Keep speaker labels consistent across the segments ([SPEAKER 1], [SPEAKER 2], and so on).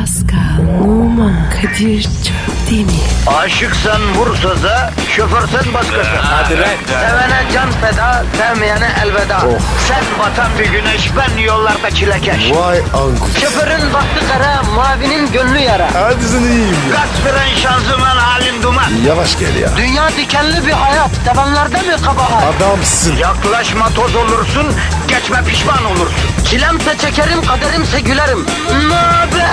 [SPEAKER 1] Pascal, Oman, Kadir çok değil mi?
[SPEAKER 2] Aşıksan vursa da, şoförsen başkasın.
[SPEAKER 3] Hadi lan.
[SPEAKER 2] Sevene can feda, sevmeyene elveda. Sen batan bir güneş, ben yollarda çilekeş.
[SPEAKER 3] Vay anku.
[SPEAKER 2] Şoförün baktı kara, mavinin gönlü yara.
[SPEAKER 3] Hadi sen iyiyim ya.
[SPEAKER 2] Kasperen şanzıman halin duman.
[SPEAKER 3] Yavaş gel ya.
[SPEAKER 2] Dünya dikenli bir hayat, sevenlerde mi kabahar?
[SPEAKER 3] Adamsın.
[SPEAKER 2] Yaklaşma toz olursun, geçme pişman olursun. Çilemse çekerim, kaderimse gülerim. Möber!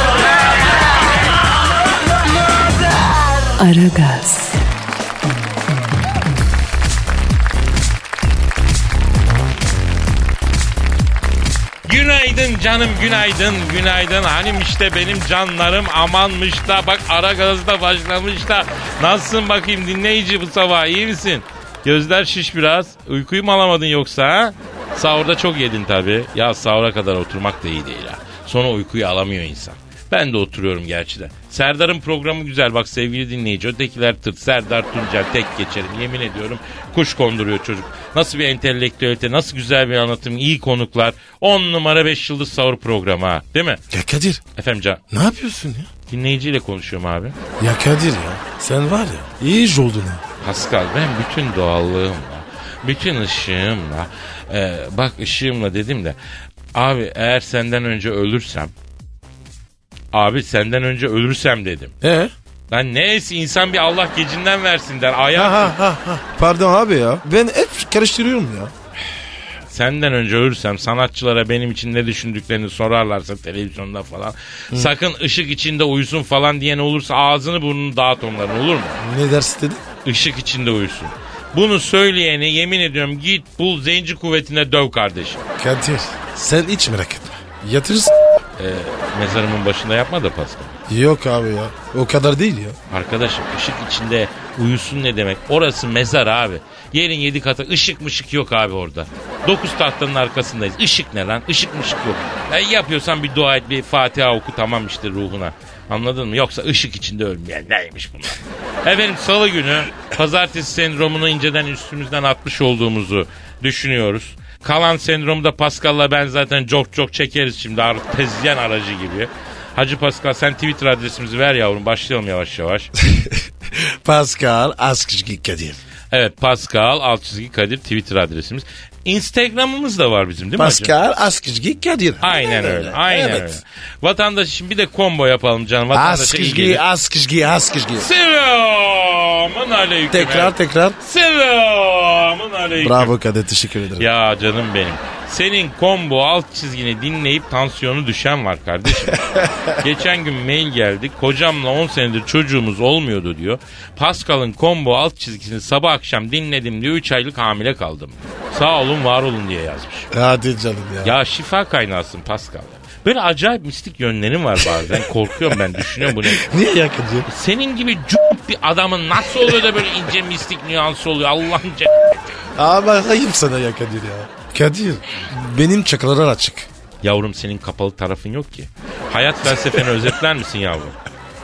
[SPEAKER 1] Aragaz.
[SPEAKER 4] Günaydın canım, günaydın. Hanim işte benim canlarım, amanmış da bak Aragaz'da başlamış da. Nasılsın bakayım dinleyici bu sabah, iyi misin? Gözler şiş biraz. Uykuyu mu alamadın yoksa ha? Sahurda çok yedin tabii. Ya sahura kadar oturmak da iyi değil ha. Sonra uykuyu alamıyor insan. Ben de oturuyorum gerçi de. Serdar'ın programı güzel bak sevgili dinleyici. Ötekiler tırt. Serdar Tuncel tek geçerim. Yemin ediyorum kuş konduruyor çocuk. Nasıl bir entelektüelite, nasıl güzel bir anlatım, iyi konuklar. 10 numara 5 yıldız sahur programı ha. Değil mi?
[SPEAKER 3] Ya Kadir.
[SPEAKER 4] Efendim Can.
[SPEAKER 3] Ne yapıyorsun ya?
[SPEAKER 4] Dinleyiciyle konuşuyorum abi.
[SPEAKER 3] Ya Kadir ya. Sen var ya. İyi iş oldun ha.
[SPEAKER 4] Pascal ben bütün doğallığımla, bütün ışığımla, bak ışığımla dedim de. Abi eğer senden önce ölürsem. Abi senden önce ölürsem dedim. Lan neyse insan bir Allah gecinden versin der.
[SPEAKER 3] Pardon abi ya. Ben hep karıştırıyorum ya.
[SPEAKER 4] Senden önce ölürsem sanatçılara benim için ne düşündüklerini sorarlarsa televizyonda falan. Sakın ışık içinde uyusun falan diyen olursa ağzını burnunu dağıt onların, olur mu?
[SPEAKER 3] Ne dersin dedi?
[SPEAKER 4] Işık içinde uyusun. Bunu söyleyeni yemin ediyorum git bul zenci kuvvetine döv kardeşim.
[SPEAKER 3] Kadir sen hiç merak etme. Yatırırsın.
[SPEAKER 4] Mezarımın başında yapma da Pascal.
[SPEAKER 3] Yok abi ya. O kadar değil ya.
[SPEAKER 4] Arkadaşım ışık içinde uyusun ne demek? Orası mezar abi. Yerin 7 katı ışık mışık yok abi orada. 9 tahtanın arkasındayız. Işık ne lan? Işık mışık yok. Yapıyorsan bir dua et, bir Fatiha oku, tamam işte ruhuna. Anladın mı? Yoksa ışık içinde ölmeyen neymiş bunlar? Efendim salı günü pazartesi sendromunu inceden üstümüzden atmış olduğumuzu düşünüyoruz. Kalan sendromu da Pascal'la ben zaten çok çekeriz şimdi artezyen aracı gibi. Hacı Pascal sen Twitter adresimizi ver yavrum, başlayalım yavaş yavaş.
[SPEAKER 3] Pascal Askışki Kadir.
[SPEAKER 4] Evet Pascal _Kadir Twitter adresimiz. Instagram'ımız da var bizim değil mi
[SPEAKER 3] Pascal Askışki Kadir.
[SPEAKER 4] Aynen öyle. Aynen öyle. Vatandaş için bir de combo yapalım canım.
[SPEAKER 3] Askışki.
[SPEAKER 4] Selamun aleyküm.
[SPEAKER 3] Tekrar.
[SPEAKER 4] Selamun aleyküm.
[SPEAKER 3] Bravo Kadir, teşekkür ederim.
[SPEAKER 4] Ya canım benim. Senin combo alt çizgini dinleyip tansiyonu düşen var kardeşim. Geçen gün mail geldi. Kocamla 10 senedir çocuğumuz olmuyordu diyor. Pascal'ın combo alt çizgisini sabah akşam dinledim diyor. 3 aylık hamile kaldım. Sağ olun var olun diye yazmış.
[SPEAKER 3] Hadi canım ya.
[SPEAKER 4] Ya şifa kaynağısın Pascal. Böyle acayip mistik yönlerim var bazen. Korkuyorum ben, düşünüyorum bu ne?
[SPEAKER 3] Niye yakıncı?
[SPEAKER 4] Senin gibi bir adamın nasıl oluyor da böyle ince mistik nüansı oluyor Allah'ın
[SPEAKER 3] Ama ayıp sana ya Kadir ya. Kadir benim çakralar açık.
[SPEAKER 4] Yavrum senin kapalı tarafın yok ki. Hayat felsefeni özetler misin yavrum?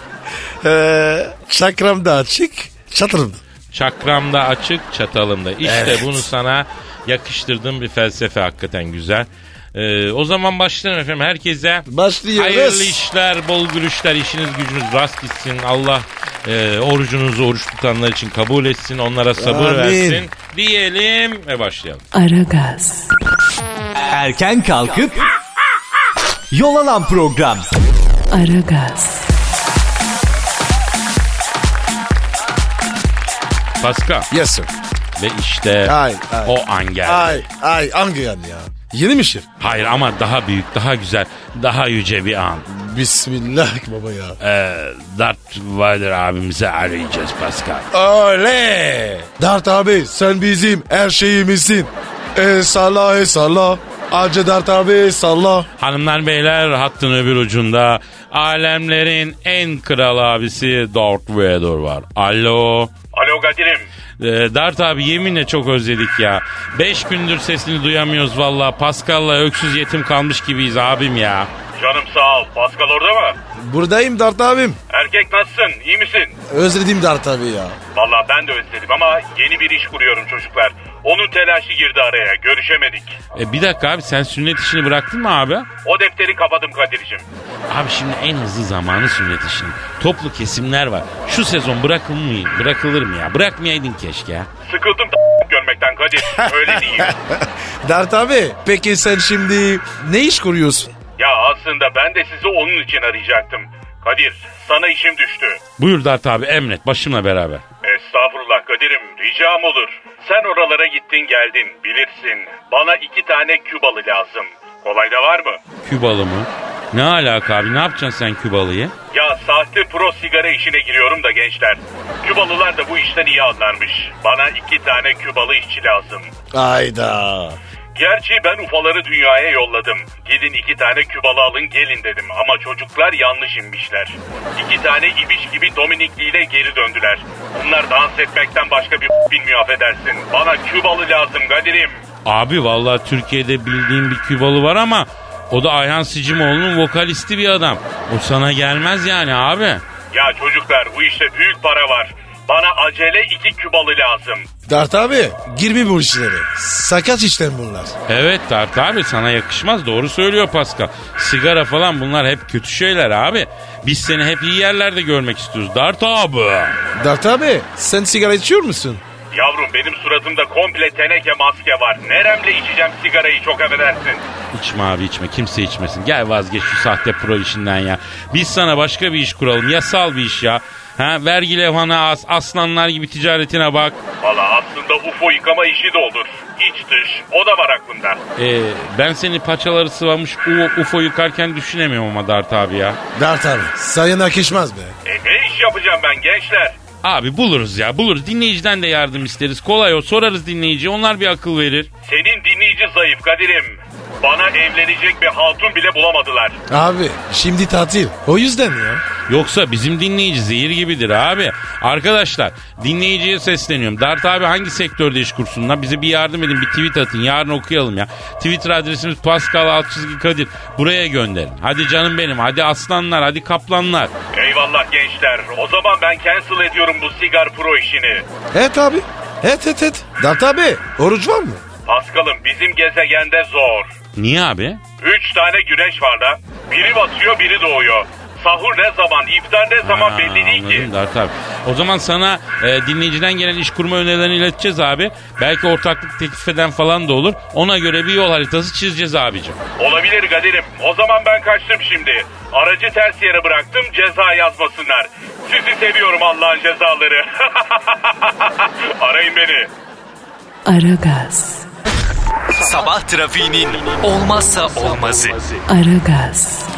[SPEAKER 3] Çakram da açık, çatırım da.
[SPEAKER 4] Çakram da açık, çatalım da. İşte
[SPEAKER 3] evet.
[SPEAKER 4] Bunu sana yakıştırdığım bir felsefe, hakikaten güzel. O zaman başlayalım efendim. Herkese
[SPEAKER 3] başlıyoruz.
[SPEAKER 4] Hayırlı işler, bol gülüşler, işiniz gücünüz rast gitsin. Allah orucunuzu oruç tutanlar için kabul etsin. Onlara sabır versin. Diyelim ve başlayalım.
[SPEAKER 1] Aragaz.
[SPEAKER 5] Erken kalkıp yol alan program.
[SPEAKER 1] Aragaz.
[SPEAKER 4] Pascal.
[SPEAKER 3] Yes sir.
[SPEAKER 4] Ve işte o an geldi.
[SPEAKER 3] Hangi an ya? Yeni mi şir?
[SPEAKER 4] Hayır ama daha büyük, daha güzel, daha yüce bir an.
[SPEAKER 3] Bismillah baba ya.
[SPEAKER 4] Darth Vader abimize arayacağız Pascal.
[SPEAKER 3] Oley! Dart abi sen bizim her şeyimizsin. Salla. Acı Dart abi salla.
[SPEAKER 4] Hanımlar beyler, hattın öbür ucunda alemlerin en kral abisi Darth Vader var. Alo.
[SPEAKER 6] Alo Kadir'im.
[SPEAKER 4] Dart abi yeminle çok özledik ya. 5 gündür sesini duyamıyoruz valla. Pascal'la öksüz yetim kalmış gibiyiz abim ya.
[SPEAKER 6] Canım sağ ol. Pascal orada mı?
[SPEAKER 3] Buradayım Dart abim.
[SPEAKER 6] Erkek nasılsın? İyi misin?
[SPEAKER 3] Özledim Dart abi ya.
[SPEAKER 6] Valla ben de özledim ama yeni bir iş kuruyorum çocuklar. Onun telaşı girdi araya. Görüşemedik.
[SPEAKER 4] Bir dakika abi, sen sünnet işini bıraktın mı abi?
[SPEAKER 6] O defteri kapadım Kadir'cim.
[SPEAKER 4] Abi şimdi en hızlı zamanı sünnet işinin. Toplu kesimler var. Şu sezon bırakılır mı ya? Bırakmayaydın keşke ya.
[SPEAKER 6] Sıkıldım görmekten Kadir. Öyle değil.
[SPEAKER 3] Dert abi peki sen şimdi ne iş kuruyorsun?
[SPEAKER 6] Ya aslında ben de sizi onun için arayacaktım. Kadir, sana işim düştü.
[SPEAKER 4] Buyur Dert abi, emret başımla beraber.
[SPEAKER 6] Estağfurullah Kadir'im, ricam olur. Sen oralara gittin geldin, bilirsin. Bana 2 tane Kübalı lazım. Kolay da var mı?
[SPEAKER 4] Kübalı mı? Ne alaka abi, ne yapacaksın sen Kübalı'yı?
[SPEAKER 6] Ya sahte pro sigara işine giriyorum da gençler. Kübalılar da bu işten iyi anlarmış. Bana 2 tane Kübalı işçi lazım.
[SPEAKER 3] Ayda.
[SPEAKER 6] Gerçi ben ufaları dünyaya yolladım. Gidin 2 tane Kübalı alın gelin dedim. Ama çocuklar yanlış inmişler. 2 tane ibiş gibi Dominikli ile geri döndüler. Bunlar dans etmekten başka bir bilmiyor, affedersin. Bana Kübalı lazım Kadir'im.
[SPEAKER 4] Abi vallahi Türkiye'de bildiğim bir Kübalı var ama o da Ayhan Sicimoğlu'nun vokalisti bir adam. O sana gelmez yani abi.
[SPEAKER 6] Ya çocuklar, bu işte büyük para var. Bana acele 2 Kübalı lazım.
[SPEAKER 3] Dert abi girme bu işlere. Sakat işlem bunlar.
[SPEAKER 4] Evet Dert abi, sana yakışmaz, doğru söylüyor Pascal. Sigara falan bunlar hep kötü şeyler abi. Biz seni hep iyi yerlerde görmek istiyoruz Dert abi.
[SPEAKER 3] Dert abi sen sigara içiyor musun?
[SPEAKER 6] Yavrum benim suratımda komple teneke maske var. Neremle içeceğim sigarayı, çok affedersin.
[SPEAKER 4] İçme abi içme, kimse içmesin. Gel vazgeç şu sahte pro işinden ya. Biz sana başka bir iş kuralım, yasal bir iş ya. Ha, vergi levhana aslanlar gibi ticaretine bak.
[SPEAKER 6] Valla aslında UFO yıkama işi de olur. İç dış, o da var aklımda.
[SPEAKER 4] Ben seni paçaları sıvamış UFO yıkarken düşünemiyorum ama Dert abi ya.
[SPEAKER 3] Dert abi sayın yakışmaz be.
[SPEAKER 6] Ne iş yapacağım ben gençler?
[SPEAKER 4] Abi buluruz ya, buluruz. Dinleyiciden de yardım isteriz. Kolay o, sorarız dinleyiciye, onlar bir akıl verir.
[SPEAKER 6] Senin dinleyici zayıf Kadir'im. Bana evlenecek bir hatun bile bulamadılar.
[SPEAKER 3] Abi şimdi tatil o yüzden ya.
[SPEAKER 4] Yoksa bizim dinleyici zehir gibidir abi. Arkadaşlar dinleyiciye sesleniyorum. Dert abi hangi sektörde iş kursun lan? Bize bir yardım edin, bir tweet atın. Yarın okuyalım ya. Twitter adresimiz Pascal_Kadir. Buraya gönderin. Hadi canım benim. Hadi aslanlar. Hadi kaplanlar.
[SPEAKER 6] Eyvallah gençler. O zaman ben cancel ediyorum bu sigar pro işini.
[SPEAKER 3] Evet abi. Evet. Dert abi oruç var mı?
[SPEAKER 6] Paskal'ım bizim gezegende zor.
[SPEAKER 4] Niye abi?
[SPEAKER 6] 3 tane güneş var da. Biri batıyor, biri doğuyor. Sahur ne zaman, iftar ne zaman belli değil ki.
[SPEAKER 4] Dert abi. O zaman sana dinleyiciden gelen iş kurma önerilerini ileteceğiz abi. Belki ortaklık teklif eden falan da olur. Ona göre bir yol haritası çizeceğiz abicim.
[SPEAKER 6] Olabilir Kadir'im. O zaman ben kaçtım şimdi. Aracı ters yere bıraktım, ceza yazmasınlar. Sizi seviyorum Allah'ın cezaları. Arayın beni.
[SPEAKER 1] Aragaz.
[SPEAKER 5] Sabah trafiğinin olmazsa olmazı.
[SPEAKER 1] Aragaz.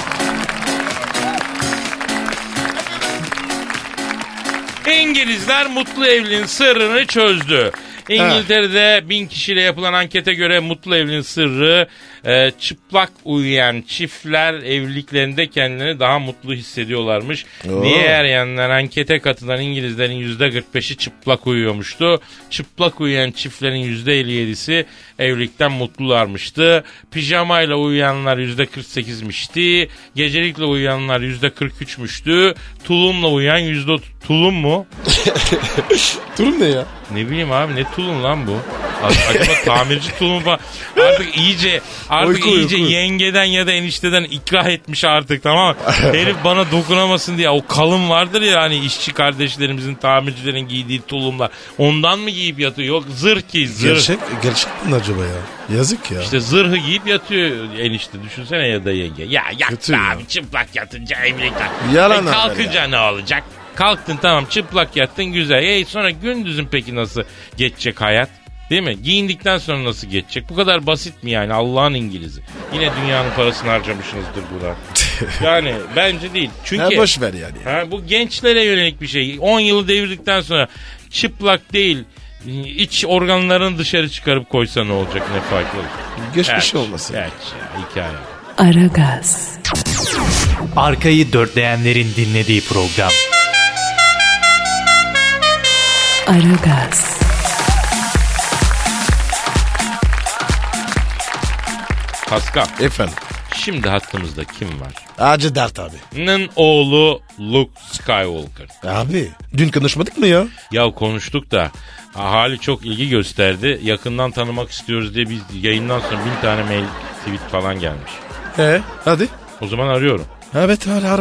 [SPEAKER 4] İngilizler mutlu evliliğin sırrını çözdü. İngiltere'de 1000 kişiyle yapılan ankete göre mutlu evliliğin sırrı çıplak uyuyan çiftler evliliklerinde kendilerini daha mutlu hissediyorlarmış. Diğer yandan ankete katılan İngilizlerin %45'i çıplak uyuyormuştu. Çıplak uyuyan çiftlerin %57'si evlilikten mutlularmıştı. Pijamayla uyuyanlar %48'mişti. Gecelikle uyuyanlar %43'müştü. Tulumla uyuyan Tulum mu?
[SPEAKER 3] Tulum ne ya?
[SPEAKER 4] Ne bileyim abi, ne tulum lan bu? Acaba tamirci tulum falan. Artık iyice
[SPEAKER 3] Uyku.
[SPEAKER 4] yengeden ya da enişteden ikrah etmiş artık, tamam mı? Herif bana dokunamasın diye o kalın vardır ya hani işçi kardeşlerimizin, tamircilerin giydiği tulumlar. Ondan mı giyip yatıyor? Yok zırh ki zırh.
[SPEAKER 3] Gerçek mi acaba ya? Yazık ya.
[SPEAKER 4] İşte zırhı giyip yatıyor enişte, düşünsene ya da yenge. Ya
[SPEAKER 3] Kötü
[SPEAKER 4] yattı
[SPEAKER 3] ya.
[SPEAKER 4] abi çıplak yatınca evlilikten.
[SPEAKER 3] Yalan haber
[SPEAKER 4] kalkınca ne olacak? Kalktın tamam, çıplak yattın güzel. Sonra gündüzün peki nasıl geçecek hayat? Değil mi? Giyindikten sonra nasıl geçecek? Bu kadar basit mi yani, Allah'ın İngiliz'i? Yine dünyanın parasını harcamışsınızdır buna. Yani bence değil. Çünkü
[SPEAKER 3] boş ver yani.
[SPEAKER 4] Bu gençlere yönelik bir şey. 10 yılı devirdikten sonra çıplak değil, iç organlarını dışarı çıkarıp koysa ne olacak, ne farklı olur?
[SPEAKER 3] Geçmiş olmasın.
[SPEAKER 4] Evet hikaye.
[SPEAKER 1] Aragaz.
[SPEAKER 5] Arkayı dörtleyenlerin dinlediği program.
[SPEAKER 1] Aragaz.
[SPEAKER 4] Pascal.
[SPEAKER 3] Efendim.
[SPEAKER 4] Şimdi hattımızda kim var?
[SPEAKER 3] Hacı Dert abi.
[SPEAKER 4] Nın oğlu Luke Skywalker.
[SPEAKER 3] Abi dün konuşmadık mı ya?
[SPEAKER 4] Ya konuştuk da ahali çok ilgi gösterdi. Yakından tanımak istiyoruz diye biz yayından sonra 1000 tane mail, tweet falan gelmiş.
[SPEAKER 3] Hadi.
[SPEAKER 4] O zaman arıyorum.
[SPEAKER 3] Evet ara.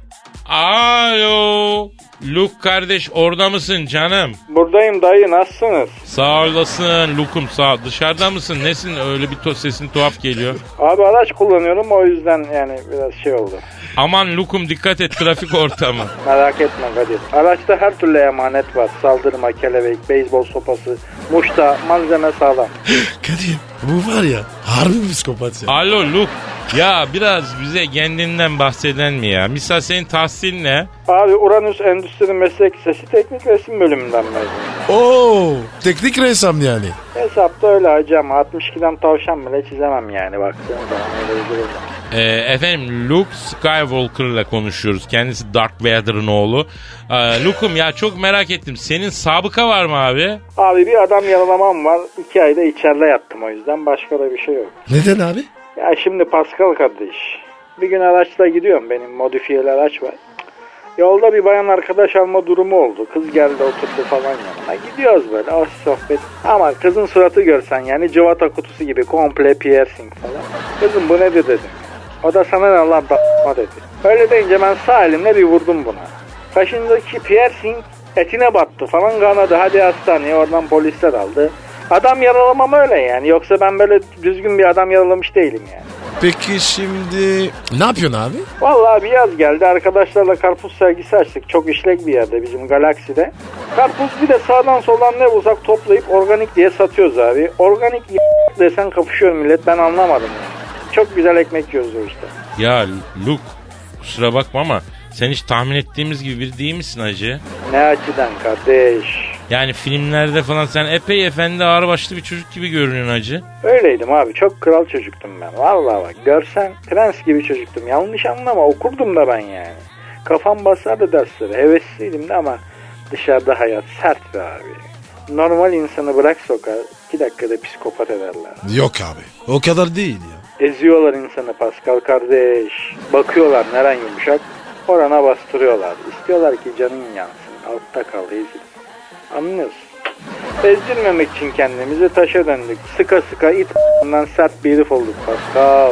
[SPEAKER 4] Alo. Luke kardeş orada mısın canım?
[SPEAKER 7] Buradayım dayı, nasılsınız?
[SPEAKER 4] Sağ olasın Luke'um sağ ol. Dışarıda mısın? Nesin öyle bir sesin tuhaf geliyor.
[SPEAKER 7] Abi araç kullanıyorum, o yüzden yani biraz şey oldu.
[SPEAKER 4] Aman Luke'um dikkat et trafik ortamı.
[SPEAKER 7] Merak etme Kadir. Araçta her türlü emanet var. Saldırma, kelebek, beyzbol sopası, muşta, malzeme sağlam.
[SPEAKER 3] Kadir bu var ya harbi psikopat ya.
[SPEAKER 4] Alo Luke. Ya biraz bize kendinden bahseden mi ya? Misal senin tahsil ne?
[SPEAKER 7] Abi Uranüs Endüstri Meslek Lisesi Teknik Resim Bölümünden mezunum.
[SPEAKER 3] Oo, teknik ressam yani.
[SPEAKER 7] Hesapta öyle hacı ama 62'den tavşan bile çizemem yani baktığım zaman öyle bir durum.
[SPEAKER 4] Efendim Luke Skywalker'la konuşuyoruz. Kendisi Darth Vader'ın oğlu. Luke'um ya çok merak ettim. Senin sabıka var mı abi?
[SPEAKER 7] Abi bir adam yaralamam var. 2 ayda içeride yattım, o yüzden başka da bir şey yok.
[SPEAKER 3] Neden abi?
[SPEAKER 7] Ya şimdi Pascal kardeş. Bir gün araçla gidiyorum, benim modifiyeli araç var. Yolda bir bayan arkadaş alma durumu oldu. Kız geldi oturdu falan yanına. Gidiyoruz böyle az sohbet. Ama kızın suratı görsen yani cıvata kutusu gibi komple piercing falan. Kızım bu nedir dedim. O da sana ne Allah da dedi. Öyle deyince ben sağ elimle bir vurdum buna. Kaşındaki piercing etine battı falan, kanadı. Hadi hastaneye, oradan polisler aldı. Adam yaralamam öyle yani. Yoksa ben böyle düzgün bir adam yaralamış değilim yani.
[SPEAKER 3] Peki şimdi ne yapıyorsun abi?
[SPEAKER 7] Vallahi bir yaz geldi, arkadaşlarla karpuz sergisi açtık. Çok işlek bir yerde bizim Galaksi'de. Karpuz bir de sağdan soldan ne bulsak toplayıp organik diye satıyoruz abi. Organik desen kapışıyor millet, ben anlamadım yani. Çok güzel ekmek yiyoruz o işte.
[SPEAKER 4] Ya Luke kusura bakma ama sen hiç tahmin ettiğimiz gibi biri değil misin hacı?
[SPEAKER 7] Ne açıdan kardeş?
[SPEAKER 4] Yani filmlerde falan sen epey efendi ağırbaşlı bir çocuk gibi görünüyorsun hacı.
[SPEAKER 7] Öyleydim abi, çok kral çocuktum ben. Vallahi bak görsen prens gibi çocuktum. Yanlış anlama, okurdum da ben yani. Kafam basardı derslere, hevesliydim de ama dışarıda hayat sert be abi. Normal insanı bırak sokağa 2 dakikada psikopat ederler.
[SPEAKER 3] Yok abi o kadar değil ya.
[SPEAKER 7] Eziyorlar insanı Pascal kardeş. Bakıyorlar neren yumuşak, orana bastırıyorlar. İstiyorlar ki canın yansın, altta kal, ezil. Anlıyorsun. Ezdirmemek için kendimizi taşa döndük. Sıka sıka it***dan sert bir herif olduk Pascal.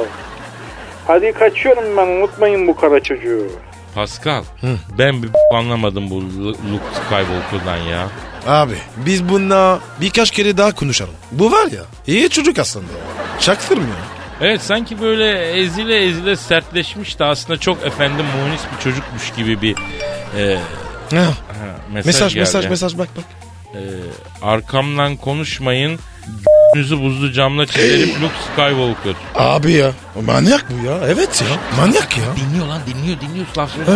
[SPEAKER 7] Hadi kaçıyorum ben, unutmayın bu kara çocuğu.
[SPEAKER 4] Pascal ben bir anlamadım bu Luke Skywalker'dan ya.
[SPEAKER 3] Abi biz bununla birkaç kere daha konuşalım. Bu var ya iyi çocuk aslında ya. Çaktırmıyor.
[SPEAKER 4] Evet sanki böyle ezile sertleşmiş de aslında çok efendim munis bir çocukmuş gibi bir
[SPEAKER 3] mesaj bak.
[SPEAKER 4] Arkamdan konuşmayın. Yüzü buzlu camla çizerim Luke Skywalker.
[SPEAKER 3] Abi ya manyak bu ya. Evet ya manyak ya.
[SPEAKER 4] Dinliyor lan dinliyor laf söyle.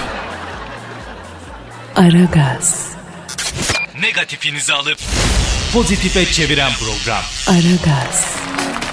[SPEAKER 1] Aragaz,
[SPEAKER 5] Negatifinizi alıp pozitife çeviren program.
[SPEAKER 1] Aragaz,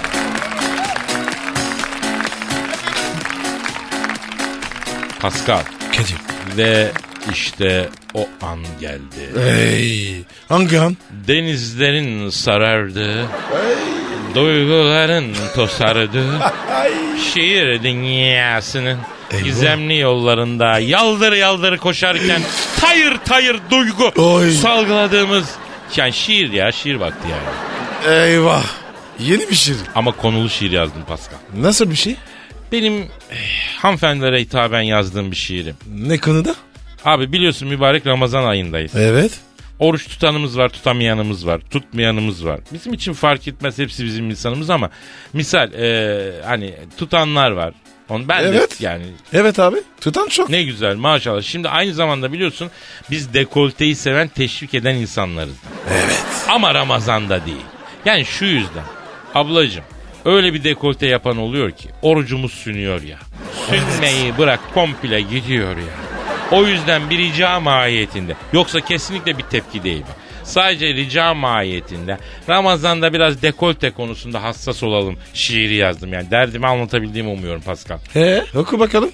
[SPEAKER 4] Pascal.
[SPEAKER 3] Kadir.
[SPEAKER 4] Ve işte o an geldi.
[SPEAKER 3] Hey, hangi an?
[SPEAKER 4] Denizlerin sarardı. Duyguların tosardı. Şiir dünyasının gizemli yollarında yaldır koşarken tayır duygu salgıladığımız yani şiir vakti yani.
[SPEAKER 3] Eyvah. Yeni bir şiir.
[SPEAKER 4] Ama konulu şiir yazdım Pascal.
[SPEAKER 3] Nasıl bir şey?
[SPEAKER 4] Benim hanımefendilere hitaben yazdığım bir şiirim.
[SPEAKER 3] Ne konuda?
[SPEAKER 4] Abi biliyorsun mübarek Ramazan ayındayız.
[SPEAKER 3] Evet.
[SPEAKER 4] Oruç tutanımız var, tutamayanımız var, tutmayanımız var. Bizim için fark etmez, hepsi bizim insanımız ama misal hani tutanlar var. Ben
[SPEAKER 3] evet.
[SPEAKER 4] De yani.
[SPEAKER 3] Evet abi. Tutan çok.
[SPEAKER 4] Ne güzel maşallah. Şimdi aynı zamanda biliyorsun biz dekolteyi seven, teşvik eden insanlarız.
[SPEAKER 3] Evet.
[SPEAKER 4] Ama Ramazan'da değil. Yani şu yüzden. Ablacığım öyle bir dekolte yapan oluyor ki orucumuz sünüyor ya. Sünmeyi bırak komple gidiyor ya. O yüzden bir rica mahiyetinde. Yoksa kesinlikle bir tepki değil bu. Sadece rica mahiyetinde Ramazan'da biraz dekolte konusunda hassas olalım şiiri yazdım yani. Derdimi anlatabildiğimi umuyorum Pascal.
[SPEAKER 3] Oku bakalım.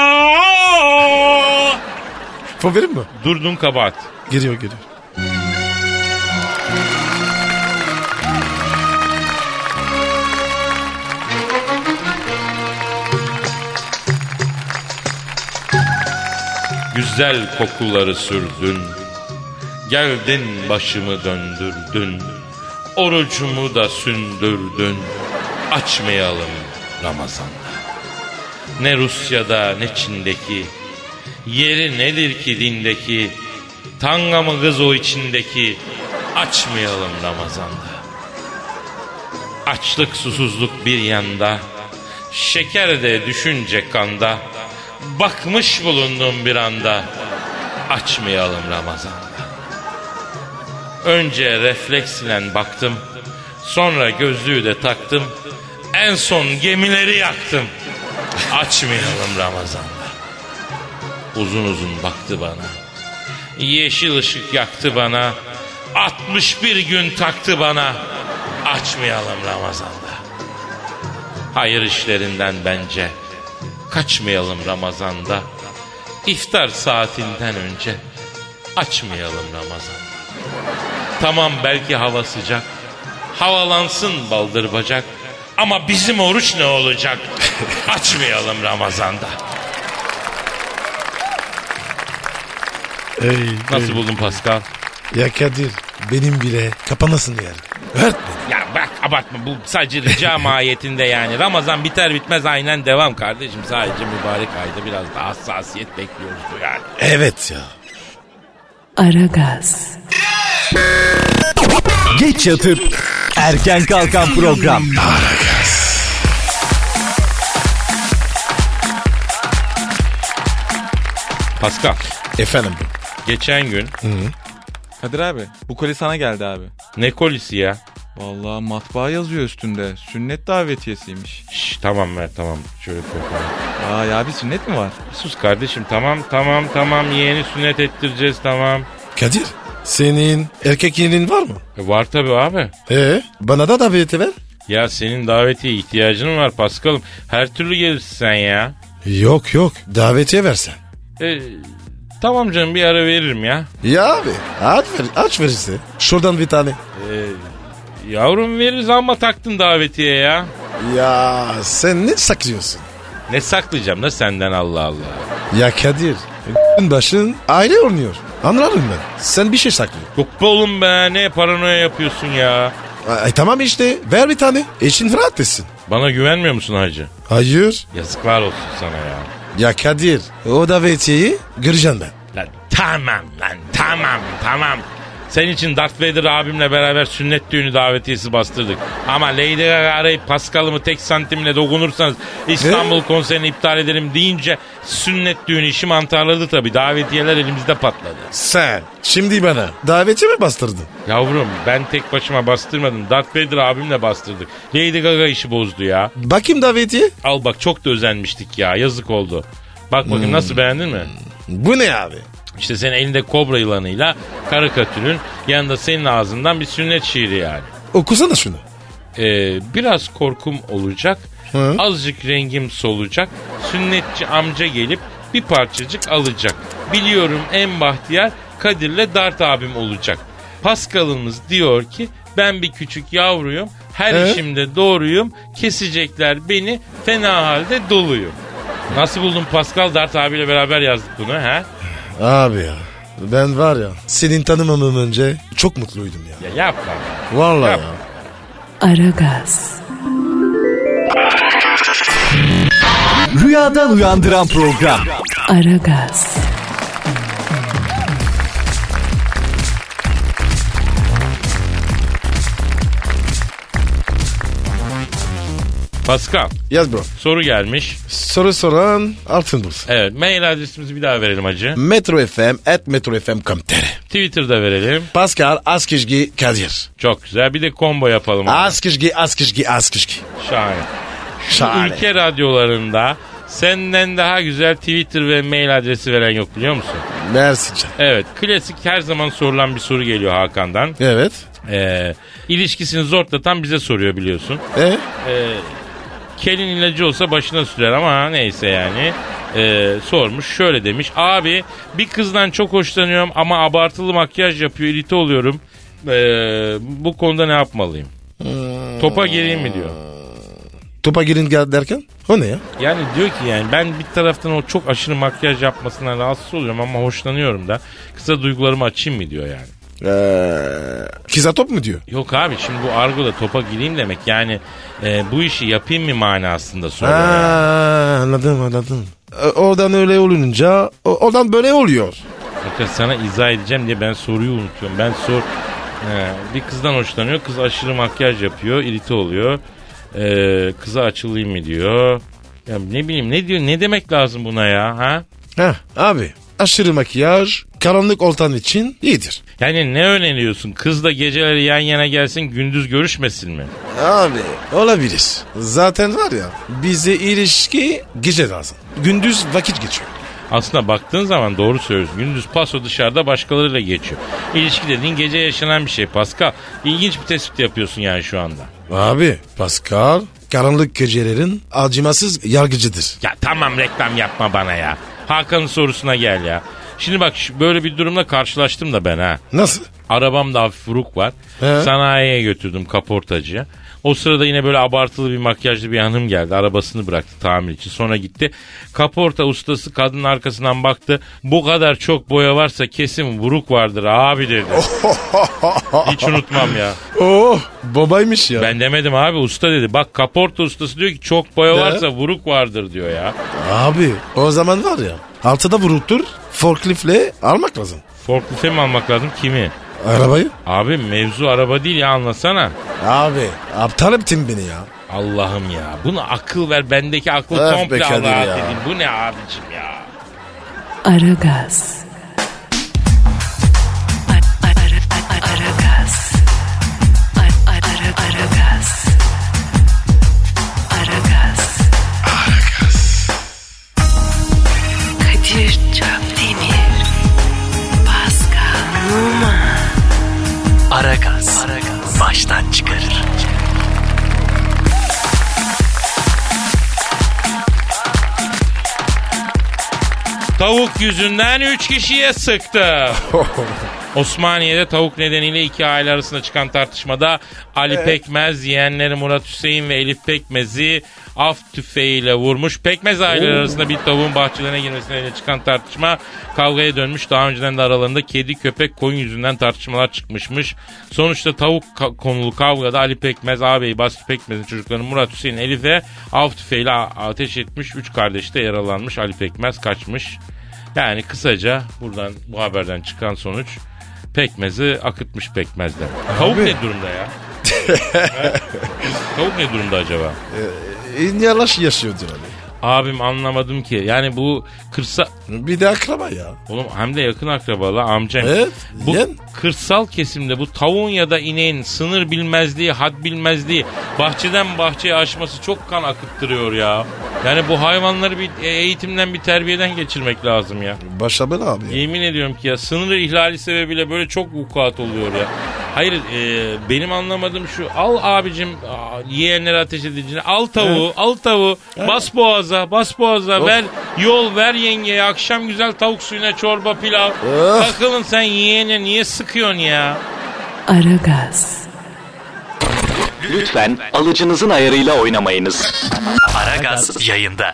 [SPEAKER 3] Favorim mi?
[SPEAKER 4] Durdun kabahat.
[SPEAKER 3] Geliyor.
[SPEAKER 4] Güzel kokuları sürdün. Geldin başımı döndürdün. Orucumu da sündürdün. Açmayalım Ramazan'da. Ne Rusya'da ne Çin'deki, yeri nedir ki dindeki, tanga mı kız o içindeki, açmayalım Ramazan'da. Açlık susuzluk bir yanda, şeker de düşünce kanda, bakmış bulundum bir anda, açmayalım Ramazan'da. Önce refleksle baktım, sonra gözlüğü de taktım, en son gemileri yaktım. Açmayalım Ramazan'da. Uzun uzun baktı bana, yeşil ışık yaktı bana, 61 gün taktı bana. Açmayalım Ramazan'da. Hayır işlerinden bence kaçmayalım Ramazan'da. İftar saatinden önce açmayalım Ramazan'da. Tamam belki hava sıcak, havalansın baldır bacak, ama bizim oruç ne olacak? Açmayalım Ramazan'da. Nasıl buldun Pascal?
[SPEAKER 3] Ya Kadir, benim bile kapanasın yani. Hört beni.
[SPEAKER 4] Ya bak abartma, bu sadece rica mahiyetinde yani. Ramazan biter bitmez aynen devam kardeşim. Sadece mübarek ayda biraz daha hassasiyet bekliyoruz bu yani.
[SPEAKER 3] Evet ya.
[SPEAKER 1] Aragaz.
[SPEAKER 5] Geç yatıp erken kalkan program.
[SPEAKER 4] Pascal,
[SPEAKER 3] Efendim.
[SPEAKER 4] geçen gün
[SPEAKER 8] Kadir abi, bu koli sana geldi abi.
[SPEAKER 4] ne kolisi ya?
[SPEAKER 8] Vallahi matbaa yazıyor üstünde. Sünnet davetiyesiymiş.
[SPEAKER 4] Şş, tamam ver tamam. Şöyle koyalım.
[SPEAKER 8] Aa ya abi, sünnet mi var?
[SPEAKER 4] Sus kardeşim, tamam yeğeni sünnet ettireceğiz tamam.
[SPEAKER 3] Kadir, senin erkek yeğenin var mı?
[SPEAKER 4] Var tabii abi.
[SPEAKER 3] Bana da daveti ver.
[SPEAKER 4] Ya senin davetiye ihtiyacın mı var Paskal'ım? Her türlü gelirsin sen ya.
[SPEAKER 3] Yok davetiye versen.
[SPEAKER 4] Tamam canım, bir ara veririm ya.
[SPEAKER 3] Ya abi aç verirse. Şuradan bir tane.
[SPEAKER 4] Yavrum veririz ama taktın davetiye ya.
[SPEAKER 3] Ya sen ne saklıyorsun?
[SPEAKER 4] Ne saklayacağım da senden, Allah Allah.
[SPEAKER 3] Ya Kadir, başın aile oynuyor. Anlarım ben. Sen bir şey saklıyorsun.
[SPEAKER 4] Yok be oğlum be, ne paranoya yapıyorsun ya.
[SPEAKER 3] Tamam işte, ver bir tane. Eşin rahat etsin.
[SPEAKER 4] Bana güvenmiyor musun hacı?
[SPEAKER 3] Hayır.
[SPEAKER 4] Yazıklar olsun sana ya.
[SPEAKER 3] Ya Kadir, o davetiyeyi göreceğim ben.
[SPEAKER 4] Lan tamam. Senin için Darth Vader abimle beraber sünnet düğünü davetiyesi bastırdık. Ama Lady Gaga arayıp Paskal'ımı tek santimle dokunursanız İstanbul konserini iptal ederim deyince sünnet düğünü işi mantarladı tabii. Davetiyeler elimizde patladı.
[SPEAKER 3] Sen şimdi bana davetiye mi bastırdın?
[SPEAKER 4] Yavrum ben tek başıma bastırmadım. Darth Vader abimle bastırdık. Lady Gaga işi bozdu ya.
[SPEAKER 3] Bakayım davetiye.
[SPEAKER 4] Al bak, çok da özenmiştik ya, yazık oldu. Bak bakayım nasıl, beğendin mi?
[SPEAKER 3] Bu ne abi?
[SPEAKER 4] İşte senin elinde kobra yılanıyla karikatürün, yanında senin ağzından bir sünnet şiiri yani.
[SPEAKER 3] Okusana şunu.
[SPEAKER 4] Biraz korkum olacak, azıcık rengim solacak, sünnetçi amca gelip bir parçacık alacak. Biliyorum en bahtiyar Kadir'le Dart abim olacak. Paskal'ımız diyor ki ben bir küçük yavruyum, her işimde doğruyum, kesecekler beni, fena halde doluyum. Nasıl buldun Pascal? Dart abiyle beraber yazdık bunu ha?
[SPEAKER 3] Abi ya, ben var ya, senin tanımamam önce çok mutluydum ya.
[SPEAKER 4] Ya yapma.
[SPEAKER 3] Vallahi
[SPEAKER 4] Yapma.
[SPEAKER 3] ya.
[SPEAKER 1] Aragaz.
[SPEAKER 5] Rüyadan uyandıran program.
[SPEAKER 1] Aragaz.
[SPEAKER 4] Pascal,
[SPEAKER 3] Yaz bro.
[SPEAKER 4] soru gelmiş.
[SPEAKER 3] Soru soran altın bulsun.
[SPEAKER 4] Evet, mail adresimizi bir daha verelim hacı.
[SPEAKER 3] metrofm@metrofm.com.tr
[SPEAKER 4] Twitter'da verelim.
[SPEAKER 3] Pascal Askizgi Kadir.
[SPEAKER 4] Çok güzel. Bir de combo yapalım.
[SPEAKER 3] Askizgi.
[SPEAKER 4] Şahane.
[SPEAKER 3] Şahane.
[SPEAKER 4] Ülke radyolarında senden daha güzel Twitter ve mail adresi veren yok, biliyor musun?
[SPEAKER 3] Mersi canım.
[SPEAKER 4] Evet. Klasik her zaman sorulan bir soru geliyor Hakan'dan.
[SPEAKER 3] Evet.
[SPEAKER 4] İlişkisini zortlatan bize soruyor, biliyorsun. Kelin ilacı olsa başına sürer ama neyse yani. Sormuş, şöyle demiş. Abi bir kızdan çok hoşlanıyorum ama abartılı makyaj yapıyor, irite oluyorum. Bu konuda ne yapmalıyım? Topa gireyim mi diyor.
[SPEAKER 3] Topa girin derken o ne ya?
[SPEAKER 4] Yani diyor ki yani ben bir taraftan o çok aşırı makyaj yapmasından rahatsız oluyorum ama hoşlanıyorum da. Kısa duygularımı açayım mı diyor yani.
[SPEAKER 3] Kıza top mu diyor?
[SPEAKER 4] Yok abi şimdi bu argoda topa gireyim demek yani bu işi yapayım mı manasında soruyor.
[SPEAKER 3] Anladım. Oradan öyle olunca oradan böyle oluyor.
[SPEAKER 4] Bakın sana izah edeceğim diye ben soruyu unutuyorum. Bir kızdan hoşlanıyor. Kız aşırı makyaj yapıyor. İrite oluyor. Kıza açılayım mı diyor. Ya ne bileyim ne diyor, ne demek lazım buna ya ha?
[SPEAKER 3] Abi aşırı makyaj karanlık ortam için iyidir.
[SPEAKER 4] Yani ne öneriyorsun? Kız da geceleri yan yana gelsin, gündüz görüşmesin mi?
[SPEAKER 3] Abi olabilir. Zaten var ya bize ilişki gece lazım. Gündüz vakit geçiyor.
[SPEAKER 4] Aslında baktığın zaman doğru söylüyorsun. Gündüz paso dışarıda başkalarıyla geçiyor. İlişki dediğin gece yaşanan bir şey Pascal. İlginç bir tespit yapıyorsun yani şu anda.
[SPEAKER 3] Abi Pascal karanlık gecelerin acımasız yargıcıdır.
[SPEAKER 4] Ya tamam reklam yapma bana ya. Hakan'ın sorusuna gel ya. Şimdi bak böyle bir durumla karşılaştım da ben ha.
[SPEAKER 3] Nasıl?
[SPEAKER 4] Arabamda hafif vuruk var. Sanayiye götürdüm kaportacıya. O sırada yine böyle abartılı bir makyajlı bir hanım geldi. Arabasını bıraktı tamir için. Sonra gitti. Kaporta ustası kadının arkasından baktı. Bu kadar çok boya varsa kesin vuruk vardır abi dedi. Hiç unutmam ya.
[SPEAKER 3] Babaymış ya.
[SPEAKER 4] Ben demedim abi, usta dedi. Bak kaporta ustası diyor ki çok boya varsa vuruk vardır diyor ya.
[SPEAKER 3] Abi o zaman var ya altıda vuruktur. Forkliftle almak lazım.
[SPEAKER 4] Forkliftle mi almak lazım, kimi?
[SPEAKER 3] Arabayı?
[SPEAKER 4] Abi mevzu araba değil ya, anlasana.
[SPEAKER 3] Abi aptal ettin beni ya.
[SPEAKER 4] Allah'ım ya. Buna akıl ver, bendeki aklı komple Allah'a edin. Bu ne abicim ya?
[SPEAKER 1] Aragaz. Kadir Çöpdemir, Pascal Numa.
[SPEAKER 5] Aragaz. Baştan çıkarır.
[SPEAKER 4] Tavuk yüzünden 3 kişiye sıktı. Osmaniye'de tavuk nedeniyle 2 aile arasında çıkan tartışmada Ali Pekmez yeğenleri Murat Hüseyin ve Elif Pekmez'i af tüfeğiyle vurmuş. Pekmez aileleri arasında bir tavuğun bahçelerine girmesiyle çıkan tartışma kavgaya dönmüş. Daha önceden de aralarında kedi, köpek, koyun yüzünden tartışmalar çıkmışmış. Sonuçta tavuk konulu kavgada Ali Pekmez, ağabeyi Basri Pekmez'in çocukları Murat Hüseyin, Elif'e av tüfeğiyle ateş etmiş. 3 kardeş de yaralanmış. Ali Pekmez kaçmış. Yani kısaca buradan, bu haberden çıkan sonuç, pekmezi akıtmış pekmezden. Tavuk ne durumda ya? Tavuk ne durumda acaba?
[SPEAKER 3] Yalaş yaşıyordur abi.
[SPEAKER 4] Abim anlamadım ki. Yani bu kırsal...
[SPEAKER 3] Bir de akraba ya.
[SPEAKER 4] Oğlum hem de yakın akrabalar amcam.
[SPEAKER 3] Evet.
[SPEAKER 4] Bu kırsal kesimde bu tavuğun ya da ineğin sınır bilmezliği, had bilmezliği, bahçeden bahçeye aşması çok kan akıttırıyor ya. Yani bu hayvanları bir eğitimden, bir terbiyeden geçirmek lazım ya.
[SPEAKER 3] Başa bela abi.
[SPEAKER 4] Yemin ediyorum ki ya, sınır ihlali sebebiyle böyle çok vukuat oluyor ya. Hayır benim anlamadığım şu, al abicim yeğenleri ateş edicini, al tavuğu, bas boğaza, ver yol, ver yengeye, akşam güzel tavuk suyuna çorba, pilav. Takılın sen yeğene, niye sıkıyorsun ya?
[SPEAKER 1] Aragaz.
[SPEAKER 5] Lütfen alıcınızın ayarıyla oynamayınız. Aragaz yayında.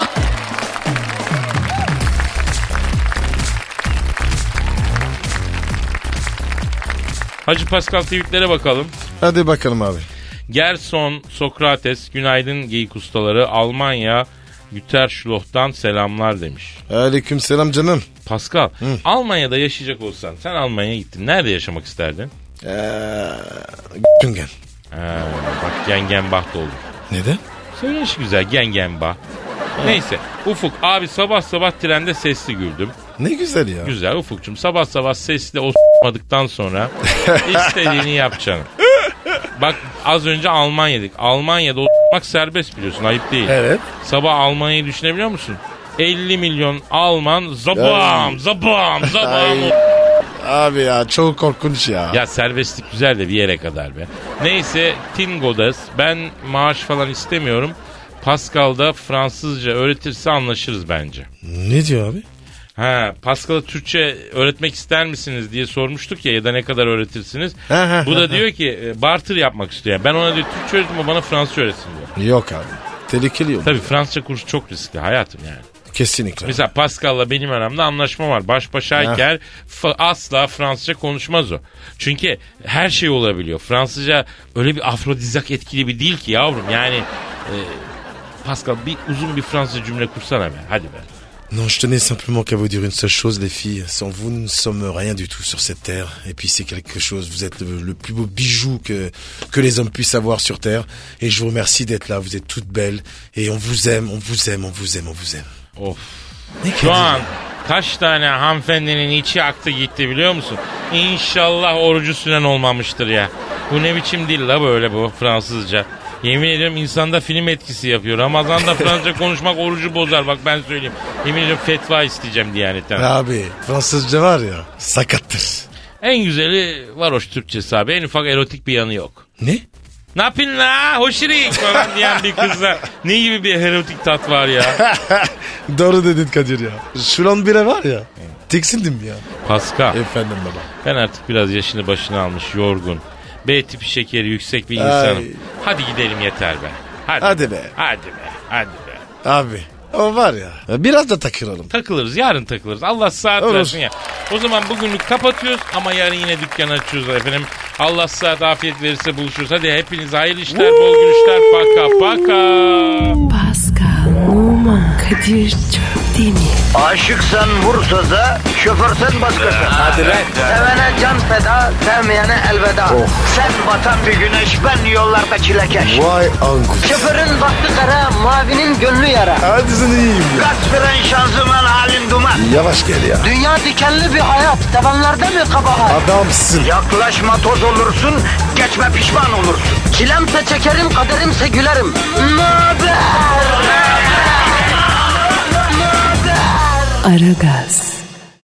[SPEAKER 4] Hacı Pascal tweetlere bakalım.
[SPEAKER 3] Hadi bakalım abi.
[SPEAKER 4] Gerson Sokrates, günaydın geyik ustaları, Almanya Güterschloch'tan selamlar demiş.
[SPEAKER 3] Aleyküm selam canım.
[SPEAKER 4] Pascal, Almanya'da yaşayacak olsan, sen Almanya'ya gittin, nerede yaşamak isterdin?
[SPEAKER 3] Göngen.
[SPEAKER 4] Bak Gengenbach da olur.
[SPEAKER 3] Neden?
[SPEAKER 4] Söyleşi güzel, Gengenbach. Neyse Ufuk abi, sabah sabah trende sesli güldüm.
[SPEAKER 3] Ne güzel ya.
[SPEAKER 4] Güzel Ufuk'cum, sabah sabah sesli o**madıktan sonra istediğini yap canım. Bak az önce Almanya dedik. Almanya'da o**mak serbest, biliyorsun, ayıp değil.
[SPEAKER 3] Evet.
[SPEAKER 4] Sabah Almanya'yı düşünebiliyor musun? 50 milyon Alman zabam.
[SPEAKER 3] Abi ya çok korkunç ya.
[SPEAKER 4] Ya serbestlik güzel de bir yere kadar be. Neyse Tingo'das, ben maaş falan istemiyorum. Pascal da Fransızca öğretirse anlaşırız bence.
[SPEAKER 3] Ne diyor abi?
[SPEAKER 4] Pascal'a Türkçe öğretmek ister misiniz diye sormuştuk ya da ne kadar öğretirsiniz. Bu da diyor ki barter yapmak istiyor. Ben ona diyor Türkçe öğretim, o bana Fransızca öğretsin diyor.
[SPEAKER 3] Yok abi. Tehlikeli yok.
[SPEAKER 4] Tabii Fransızca kursu çok riskli hayatım yani.
[SPEAKER 3] Kesinlikle.
[SPEAKER 4] Mesela Pascal'la benim aramda anlaşma var. Baş başayken asla Fransızca konuşmaz o. Çünkü her şey olabiliyor. Fransızca öyle bir afrodizyak etkili bir dil ki yavrum. Yani Pascal uzun bir Fransızca cümle kursana be. Hadi be.
[SPEAKER 3] Non, je tenais simplement qu'à vous dire une seule chose, les filles. Sans vous, nous ne sommes rien du tout sur cette terre. Et puis c'est quelque chose, vous êtes le plus beau bijou que les hommes puissent avoir sur terre. Et je vous remercie d'être là, vous êtes toutes belles. Et on vous aime, on vous aime, on vous aime, on vous aime.
[SPEAKER 4] Of. Şu an kaç tane hanımefendinin içi aktı gitti biliyor musun? İnşallah orucu süren olmamıştır ya. Bu ne biçim dil la böyle bu Fransızca. Yemin ediyorum insanda film etkisi yapıyor. Ramazan'da Fransızca konuşmak orucu bozar, bak ben söyleyeyim. Yemin ediyorum fetva isteyeceğim Diyanet'ten.
[SPEAKER 3] Abi Fransızca var ya sakattır.
[SPEAKER 4] En güzeli varoş Türkçesi abi. En ufak erotik bir yanı yok.
[SPEAKER 3] Ne?
[SPEAKER 4] Ne yapın la hoşirik falan diyen bir kızla ne gibi bir erotik tat var ya.
[SPEAKER 3] Doğru dedin Kadir ya. Şu an bile var ya. Tiksindim ya.
[SPEAKER 4] Pascal.
[SPEAKER 3] Efendim baba.
[SPEAKER 4] Ben artık biraz yaşını başına almış, yorgun. B tipi şekeri yüksek bir insanım.
[SPEAKER 3] Ay.
[SPEAKER 4] Hadi gidelim yeter be.
[SPEAKER 3] Hadi be.
[SPEAKER 4] Hadi be. Hadi be.
[SPEAKER 3] Abi o var ya biraz da takılalım.
[SPEAKER 4] Takılırız, yarın takılırız. Allah saat
[SPEAKER 3] Olur.
[SPEAKER 4] versin ya. O zaman bugünlük kapatıyoruz ama yarın yine dükkan açıyoruz efendim. Allah saat afiyet verirse buluşuruz. Hadi hepinize hayırlı işler, bol gülüşler. Paka paka.
[SPEAKER 1] Pascal, Oman, Kadir çok değil mi?
[SPEAKER 2] Aşıksan vursa da, şoförsen başkasın. Hadi
[SPEAKER 3] lan.
[SPEAKER 2] Sevene can feda, sevmeyene elveda. Sen batan bir güneş, ben yollarda çilekeş.
[SPEAKER 3] Vay anku.
[SPEAKER 2] Şoförün baktı kara, mavinin gönlü yara.
[SPEAKER 3] Hadi sen iyiyim ya.
[SPEAKER 2] Kasperen şanzıman halin duman.
[SPEAKER 3] Yavaş gel ya.
[SPEAKER 2] Dünya dikenli bir hayat, sevenlerde mi kabahar?
[SPEAKER 3] Adamsın.
[SPEAKER 2] Yaklaşma toz olursun, geçme pişman olursun. Çilemse çekerim, kaderimse gülerim. Möber!
[SPEAKER 1] Aragaz.